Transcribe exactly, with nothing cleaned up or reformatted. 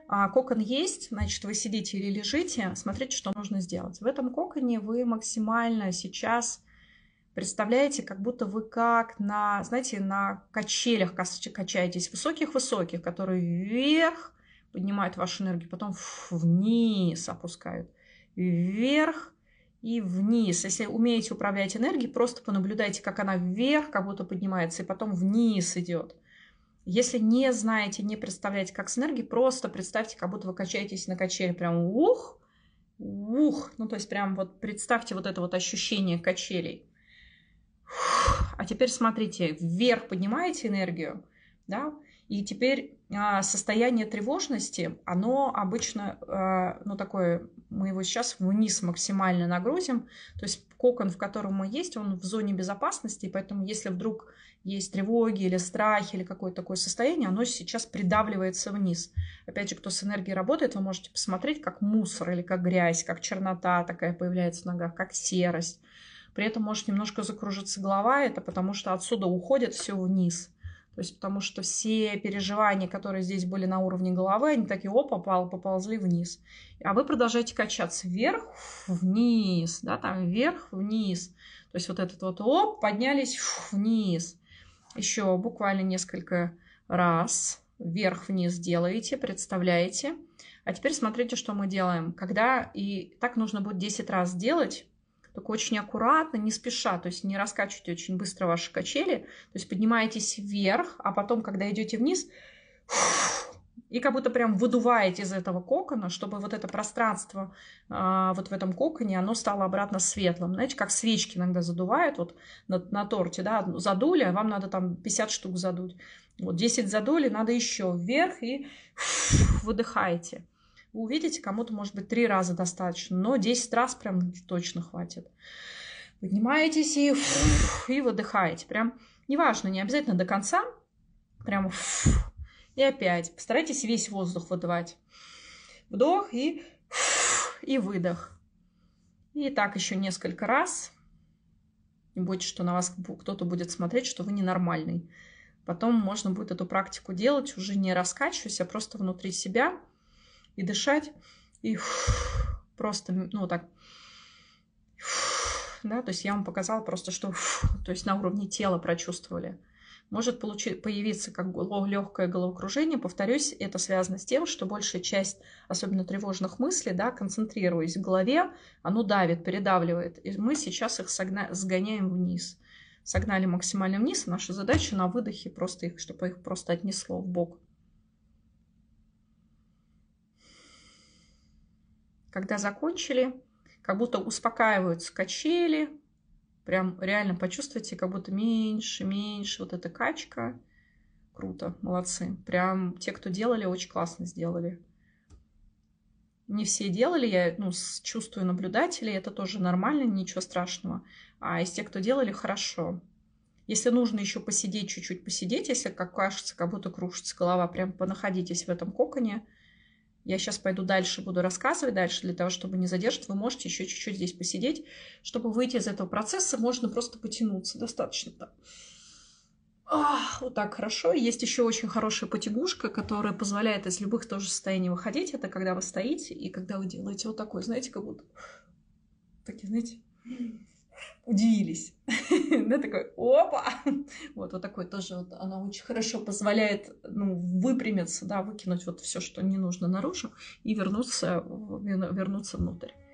А кокон есть, значит, вы сидите или лежите, смотрите, что нужно сделать. В этом коконе вы максимально сейчас представляете, как будто вы как на, знаете, на качелях качаетесь, высоких-высоких, которые вверх поднимают вашу энергию, потом вниз опускают, вверх и вниз. Если умеете управлять энергией, просто понаблюдайте, как она вверх как будто поднимается и потом вниз идет. Если не знаете, не представляете, как с энергией, просто представьте, как будто вы качаетесь на качели. Прям ух, ух. Ну, то есть прям вот представьте вот это вот ощущение качелей. А теперь смотрите, вверх поднимаете энергию, да, и теперь а, состояние тревожности, оно обычно, а, ну, такое, мы его сейчас вниз максимально нагрузим, то есть кокон, в котором мы есть, он в зоне безопасности, поэтому если вдруг есть тревоги или страхи или какое-то такое состояние, оно сейчас придавливается вниз. Опять же, кто с энергией работает, вы можете посмотреть, как мусор или как грязь, как чернота такая появляется в ногах, как серость. При этом может немножко закружиться голова, это потому что отсюда уходит все вниз. То есть потому что все переживания, которые здесь были на уровне головы, они такие опа, поползли вниз. А вы продолжаете качаться вверх, вниз, да, там вверх, вниз. То есть вот этот вот оп, поднялись вниз. Еще буквально несколько раз вверх-вниз делаете, представляете. А теперь смотрите, что мы делаем. Когда, и так нужно будет десять раз делать, только очень аккуратно, не спеша, то есть не раскачивайте очень быстро ваши качели, то есть поднимаетесь вверх, а потом, когда идете вниз, и как будто прям выдуваете из этого кокона, чтобы вот это пространство а, вот в этом коконе, оно стало обратно светлым. Знаете, как свечки иногда задувают вот на, на торте, да, задули, а вам надо там пятьдесят штук задуть. Вот десять задули, надо еще вверх и выдыхаете. Вы увидите, кому-то, может быть, три раза достаточно, но десять раз прям точно хватит. Поднимаетесь и, и выдыхаете. Прям неважно, не обязательно до конца. Прям и опять. Постарайтесь весь воздух выдавать. Вдох и, и выдох. И так еще несколько раз. Не бойтесь, что на вас кто-то будет смотреть, что вы ненормальный. Потом можно будет эту практику делать, уже не раскачиваясь, а просто внутри себя. И дышать, и просто, ну, так, да, то есть я вам показала просто, что, то есть на уровне тела прочувствовали. Может получить, появиться как легкое головокружение. Повторюсь, это связано с тем, что большая часть, особенно тревожных мыслей, да, концентрируясь в голове, оно давит, передавливает. И мы сейчас их согна, сгоняем вниз. Согнали максимально вниз. Наша задача на выдохе просто их, чтобы их просто отнесло в бок. Когда закончили, как будто успокаиваются качели, прям реально почувствуйте, как будто меньше, меньше вот эта качка. Круто, молодцы. Прям те, кто делали, очень классно сделали. Не все делали, я ну, чувствую наблюдателей, это тоже нормально, ничего страшного. А из тех, кто делали, хорошо. Если нужно еще посидеть, чуть-чуть посидеть, если как кажется, как будто кружится голова, прям понаходитесь в этом коконе. Я сейчас пойду дальше, буду рассказывать дальше, для того, чтобы не задержать. Вы можете еще чуть-чуть здесь посидеть. Чтобы выйти из этого процесса, можно просто потянуться. Достаточно так. Ах, вот так хорошо. Есть еще очень хорошая потягушка, которая позволяет из любых тоже состояний выходить. Это когда вы стоите и когда вы делаете вот такой, знаете, как будто такие, знаете, удивились. Да, такой, опа! Вот, вот такой тоже, вот, она очень хорошо позволяет, ну, выпрямиться, да, выкинуть вот все, что не нужно наружу, и вернуться, вернуться внутрь.